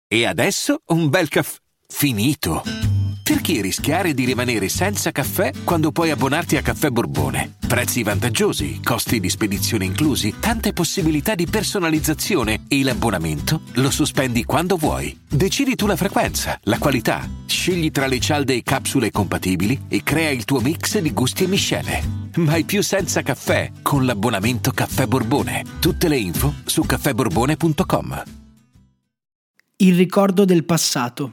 E adesso un bel caffè finito. Perché rischiare di rimanere senza caffè quando puoi abbonarti a Caffè Borbone? Prezzi vantaggiosi, costi di spedizione inclusi, tante possibilità di personalizzazione e l'abbonamento lo sospendi quando vuoi. Decidi tu la frequenza, la qualità, scegli tra le cialde e capsule compatibili e crea il tuo mix di gusti e miscele. Mai più senza caffè con l'abbonamento Caffè Borbone. Tutte le info su caffèborbone.com. Il ricordo del passato.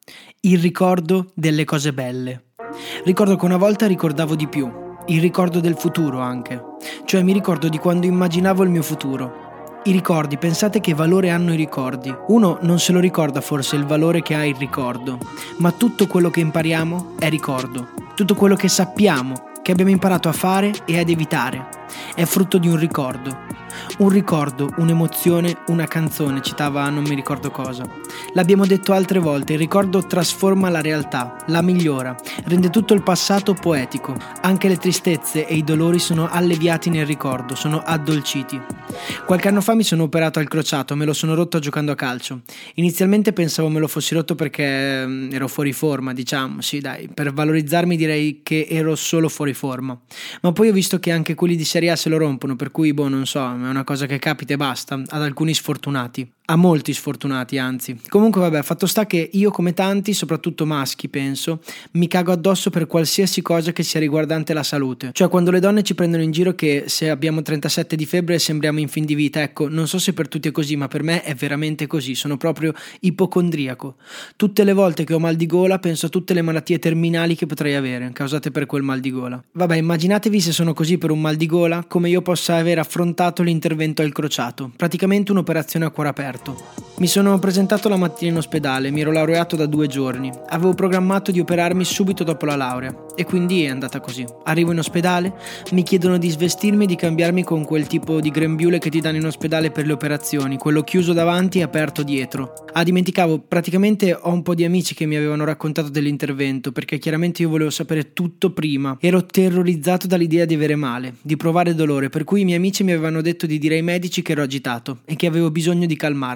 Il ricordo delle cose belle. Ricordo che una volta ricordavo di più. Il ricordo del futuro anche. Cioè mi ricordo di quando immaginavo il mio futuro. I ricordi, pensate che valore hanno i ricordi. Uno non se lo ricorda forse il valore che ha il ricordo, ma tutto quello che impariamo è ricordo. Tutto quello che sappiamo, che abbiamo imparato a fare e ad evitare, è frutto di un ricordo. Un ricordo, un'emozione, una canzone, citava non mi ricordo cosa. L'abbiamo detto altre volte, il ricordo trasforma la realtà, la migliora, rende tutto il passato poetico. Anche le tristezze e i dolori sono alleviati nel ricordo, sono addolciti. Qualche anno fa mi sono operato al crociato, me lo sono rotto giocando a calcio. Inizialmente pensavo me lo fossi rotto perché ero fuori forma, diciamo, sì dai, per valorizzarmi direi che ero solo fuori forma. Ma poi ho visto che anche quelli di Serie A se lo rompono, per cui non so, è una cosa che capita e basta, ad alcuni sfortunati. A molti sfortunati, anzi. Comunque vabbè, fatto sta che io come tanti, soprattutto maschi penso, mi cago addosso per qualsiasi cosa che sia riguardante la salute. Cioè quando le donne ci prendono in giro che se abbiamo 37 di febbre sembriamo in fin di vita, ecco, non so se per tutti è così, ma per me è veramente così, sono proprio ipocondriaco. Tutte le volte che ho mal di gola penso a tutte le malattie terminali che potrei avere, causate per quel mal di gola. Vabbè, immaginatevi se sono così per un mal di gola, come io possa aver affrontato l'intervento al crociato, praticamente un'operazione a cuore aperto. Mi sono presentato la mattina in ospedale, mi ero laureato da 2 giorni, avevo programmato di operarmi subito dopo la laurea e quindi è andata così. Arrivo in ospedale, mi chiedono di svestirmi e di cambiarmi con quel tipo di grembiule che ti danno in ospedale per le operazioni, quello chiuso davanti e aperto dietro. Dimenticavo, praticamente ho un po' di amici che mi avevano raccontato dell'intervento perché chiaramente io volevo sapere tutto prima. Ero terrorizzato dall'idea di avere male, di provare dolore, per cui i miei amici mi avevano detto di dire ai medici che ero agitato e che avevo bisogno di calmarmi.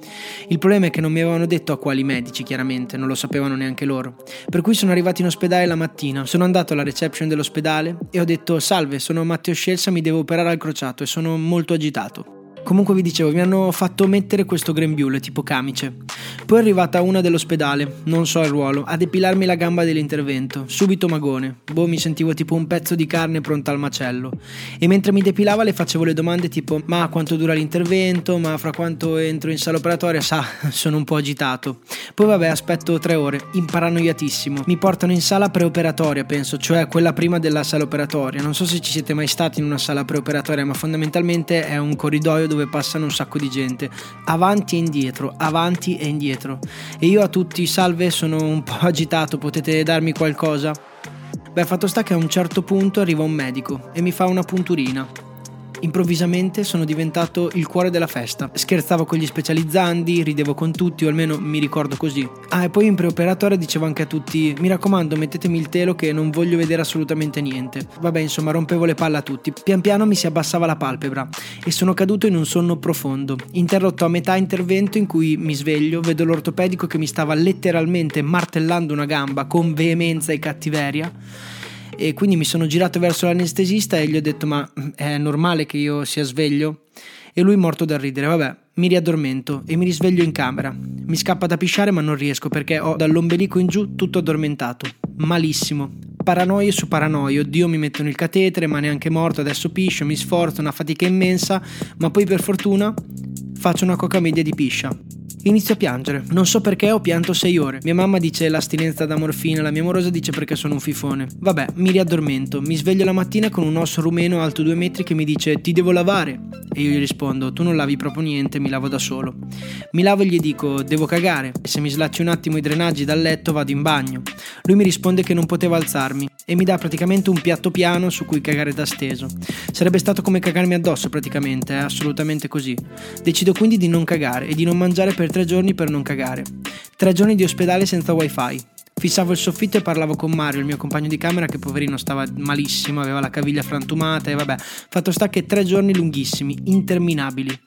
Il problema è che non mi avevano detto a quali medici, chiaramente, non lo sapevano neanche loro. Per cui sono arrivato in ospedale la mattina, sono andato alla reception dell'ospedale e ho detto: salve, sono Matteo Scelsa, mi devo operare al crociato e sono molto agitato. Comunque vi dicevo, mi hanno fatto mettere questo grembiule tipo camice. Poi è arrivata una dell'ospedale, non so il ruolo, a depilarmi la gamba dell'intervento. Subito magone. Mi sentivo tipo un pezzo di carne pronta al macello. E mentre mi depilava le facevo le domande tipo: ma quanto dura l'intervento? Ma fra quanto entro in sala operatoria? Sa, sono un po' agitato. Poi vabbè, aspetto 3 ore, imparanoiatissimo. Mi portano in sala preoperatoria, penso, cioè quella prima della sala operatoria. Non so se ci siete mai stati in una sala preoperatoria, ma fondamentalmente è un corridoio dove passano un sacco di gente, avanti e indietro. E io a tutti: salve, sono un po' agitato, potete darmi qualcosa? Beh, fatto sta che a un certo punto arriva un medico e mi fa una punturina. Improvvisamente sono diventato il cuore della festa. Scherzavo con gli specializzandi, ridevo con tutti, o almeno mi ricordo così. E poi in preoperatoria dicevo anche a tutti: mi raccomando, mettetemi il telo che non voglio vedere assolutamente niente. Vabbè, insomma, rompevo le palle a tutti. Pian piano mi si abbassava la palpebra e sono caduto in un sonno profondo, interrotto a metà intervento, in cui mi sveglio, vedo l'ortopedico che mi stava letteralmente martellando una gamba con veemenza e cattiveria. E quindi mi sono girato verso l'anestesista e gli ho detto: ma è normale che io sia sveglio? E lui morto dal ridere. Vabbè, mi riaddormento e mi risveglio in camera. Mi scappa da pisciare ma non riesco perché ho dall'ombelico in giù tutto addormentato. Malissimo. Paranoie su paranoie. Oddio, mi mettono il catetere, ma neanche morto, adesso piscio, mi sforzo, una fatica immensa, ma poi per fortuna faccio una coca media di piscia. Inizio a piangere, non so perché ho pianto 6 ore. Mia mamma dice l'astinenza da morfina, la mia amorosa dice perché sono un fifone. Vabbè, mi riaddormento, mi sveglio la mattina con un osso rumeno alto 2 metri che mi dice: ti devo lavare. E io gli rispondo: tu non lavi proprio niente, mi lavo da solo. Mi lavo e gli dico: devo cagare, e se mi slacci un attimo i drenaggi dal letto vado in bagno. Lui mi risponde che non potevo alzarmi e mi dà praticamente un piatto piano su cui cagare da steso. Sarebbe stato come cagarmi addosso praticamente, è assolutamente così. Decido quindi di non cagare e di non mangiare per 3 giorni per non cagare. 3 giorni di ospedale senza wifi. Fissavo il soffitto e parlavo con Mario, il mio compagno di camera, che poverino stava malissimo, aveva la caviglia frantumata e vabbè. Fatto sta che 3 giorni lunghissimi, interminabili.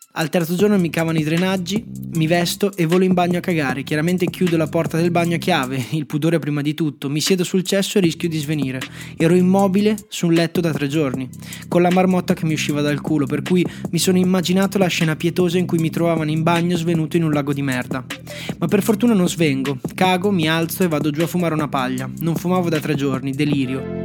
Al terzo giorno mi cavano i drenaggi, mi vesto e volo in bagno a cagare. Chiaramente chiudo la porta del bagno a chiave, il pudore prima di tutto. Mi siedo sul cesso e rischio di svenire. Ero immobile su un letto da 3 giorni, con la marmotta che mi usciva dal culo, per cui mi sono immaginato la scena pietosa in cui mi trovavano in bagno svenuto in un lago di merda. Ma per fortuna non svengo, cago, mi alzo e vado giù a fumare una paglia. Non fumavo da 3 giorni, delirio.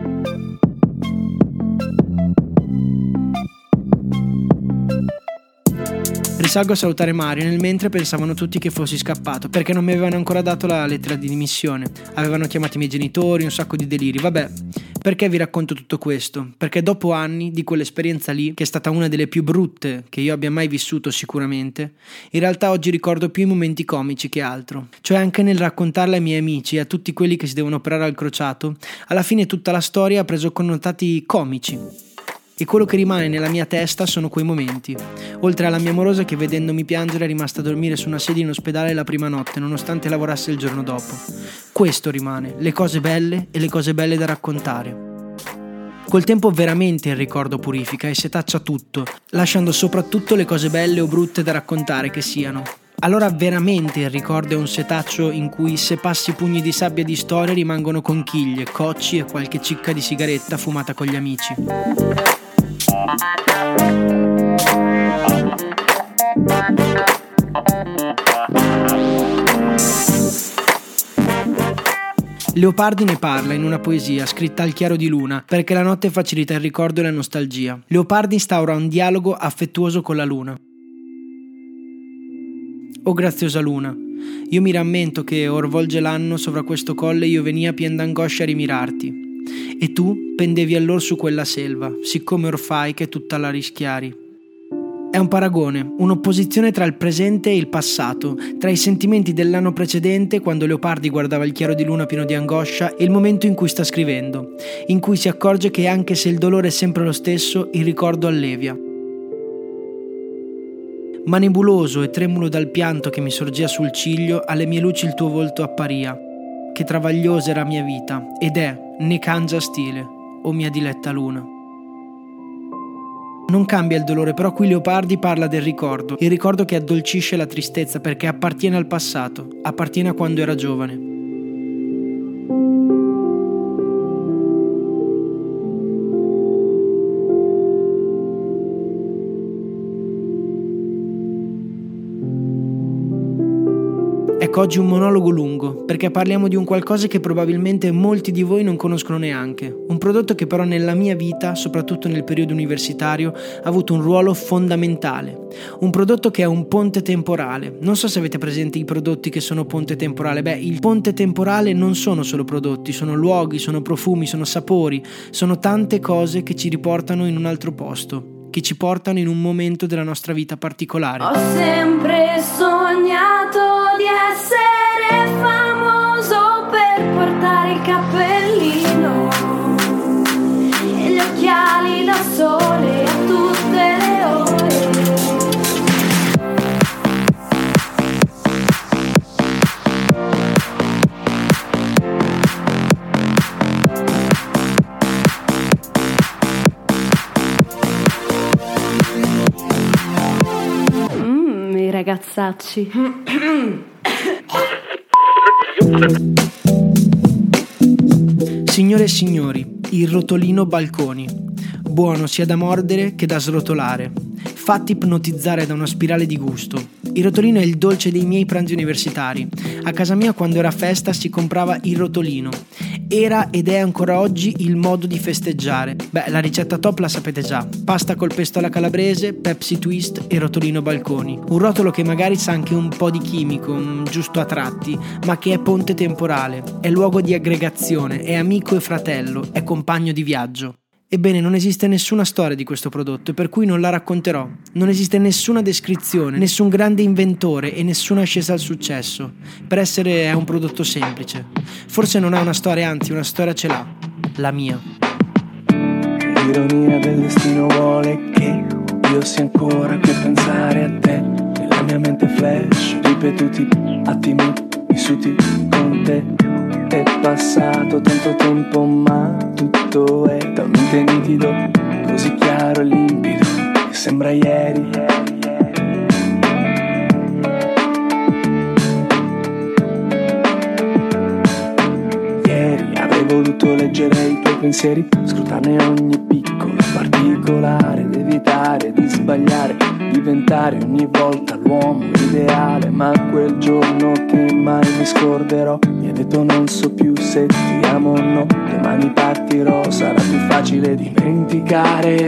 Risalgo a salutare Mario, nel mentre pensavano tutti che fossi scappato, perché non mi avevano ancora dato la lettera di dimissione. Avevano chiamato i miei genitori, un sacco di deliri. Vabbè, perché vi racconto tutto questo? Perché dopo anni di quell'esperienza lì, che è stata una delle più brutte che io abbia mai vissuto sicuramente, in realtà oggi ricordo più i momenti comici che altro. Cioè anche nel raccontarla ai miei amici e a tutti quelli che si devono operare al crociato, alla fine tutta la storia ha preso connotati comici. E quello che rimane nella mia testa sono quei momenti. Oltre alla mia amorosa che vedendomi piangere è rimasta a dormire su una sedia in ospedale la prima notte, nonostante lavorasse il giorno dopo. Questo rimane, le cose belle e le cose belle da raccontare. Col tempo veramente il ricordo purifica e setaccia tutto, lasciando soprattutto le cose belle o brutte da raccontare che siano. Allora veramente il ricordo è un setaccio in cui se passi pugni di sabbia di storie rimangono conchiglie, cocci e qualche cicca di sigaretta fumata con gli amici. Leopardi ne parla in una poesia scritta al chiaro di luna, perché la notte facilita il ricordo e la nostalgia. Leopardi instaura un dialogo affettuoso con la luna. O graziosa luna, io mi rammento che or volge l'anno sovra questo colle io venia pien d'angoscia a rimirarti. E tu pendevi allor su quella selva, siccome or fai che tutta la rischiari. È un paragone, un'opposizione tra il presente e il passato, tra i sentimenti dell'anno precedente, quando Leopardi guardava il chiaro di luna pieno di angoscia, e il momento in cui sta scrivendo, in cui si accorge che anche se il dolore è sempre lo stesso, il ricordo allevia. Ma nebuloso e tremulo dal pianto che mi sorgea sul ciglio, alle mie luci il tuo volto apparia, che travagliosa era mia vita, ed è, ne cangia stile, o mia diletta luna. Non cambia il dolore, però qui Leopardi parla del ricordo, il ricordo che addolcisce la tristezza perché appartiene al passato, appartiene a quando era giovane. Ecco, oggi un monologo lungo, perché parliamo di un qualcosa che probabilmente molti di voi non conoscono neanche. Un prodotto che però nella mia vita, soprattutto nel periodo universitario, ha avuto un ruolo fondamentale. Un prodotto che è un ponte temporale. Non so se avete presente i prodotti che sono ponte temporale. Il ponte temporale non sono solo prodotti, sono luoghi, sono profumi, sono sapori, sono tante cose che ci riportano in un altro posto, che ci portano in un momento della nostra vita particolare. Ho sempre sognato di essere famoso per portare il cappellino e gli occhiali da sole a tutte le ore. I ragazzacci. Signore e signori, il rotolino Balconi. Buono sia da mordere che da srotolare. Fatti ipnotizzare da una spirale di gusto. Il rotolino è il dolce dei miei pranzi universitari. A casa mia quando era festa si comprava il rotolino. Era ed è ancora oggi il modo di festeggiare. La ricetta top la sapete già. Pasta col pesto alla calabrese, Pepsi Twist e rotolino Balconi. Un rotolo che magari sa anche un po' di chimico, giusto a tratti, ma che è ponte temporale, è luogo di aggregazione, è amico e fratello, è compagno di viaggio. Ebbene, non esiste nessuna storia di questo prodotto e per cui non la racconterò. Non esiste nessuna descrizione, nessun grande inventore e nessuna ascesa al successo. Per essere è un prodotto semplice. Forse non ha una storia, anzi una storia ce l'ha. La mia. L'ironia del destino vuole che io sia ancora qui a pensare a te. Nella mia mente flash, ripetuti attimi vissuti con te. È passato tanto tempo ma tutto è talmente nitido, così chiaro e limpido che sembra ieri. potuto leggere i tuoi pensieri, scrutarne ogni piccolo particolare, ed evitare di sbagliare, diventare ogni volta l'uomo ideale. Ma quel giorno che mai mi scorderò, mi hai detto non so più se ti amo o no, domani partirò, sarà più facile dimenticare.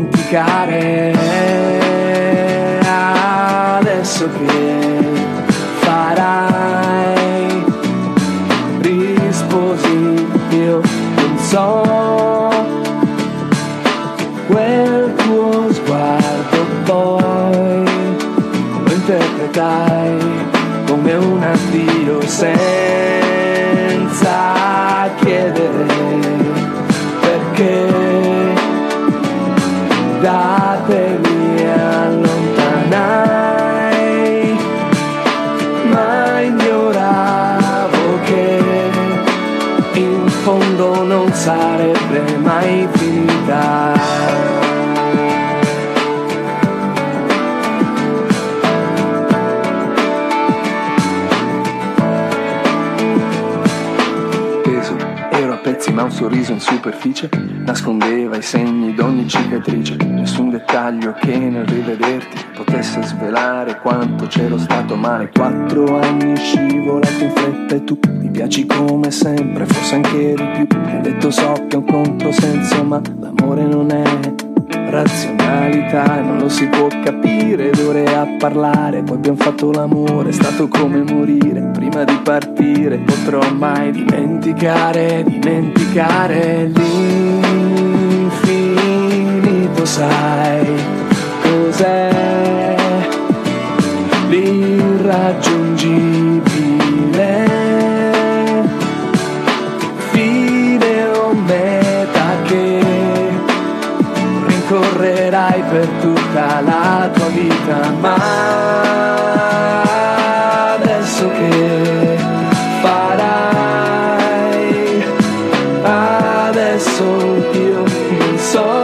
Adesso che farai? Risposi, io non so. Quel tuo sguardo poi lo interpretai come un addio senza chiedere perché. Da te mi allontanai, ma ignoravo che in fondo non sarebbe mai finita. Ero a pezzi ma un sorriso in superficie nascondeva i segni d'ogni cicatrice. Nessun dettaglio che nel rivederti potesse svelare quanto c'ero stato male. 4 anni scivolato in fretta e tu mi piaci come sempre, forse anche di più. Mi hai detto so che è un controsenso, ma l'amore non è razionalità e non lo si può capire d'ore a parlare. Poi abbiamo fatto l'amore, è stato come morire. Prima di partire potrò mai dimenticare l'infinito. Sai cos'è l'irraggiungibile? Fine o meta che rincorrerai per tutta la tua vita. Ma adesso che farai? Adesso io non so.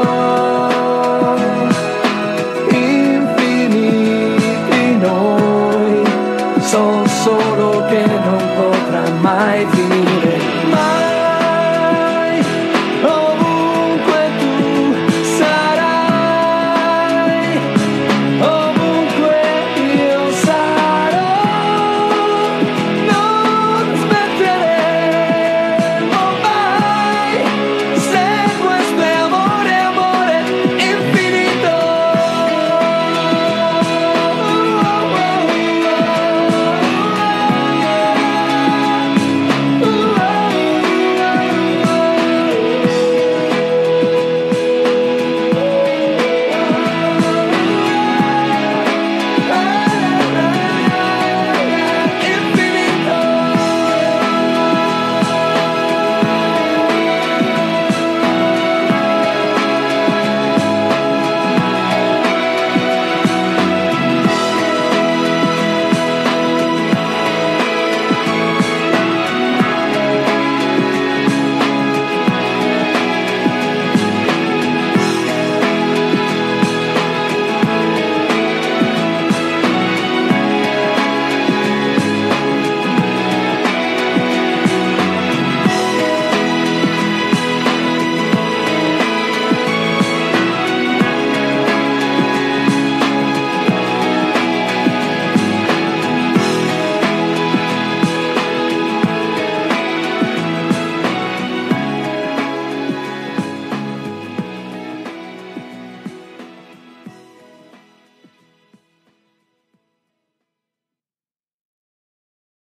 Infiniti noi, so solo che non potrà mai finire.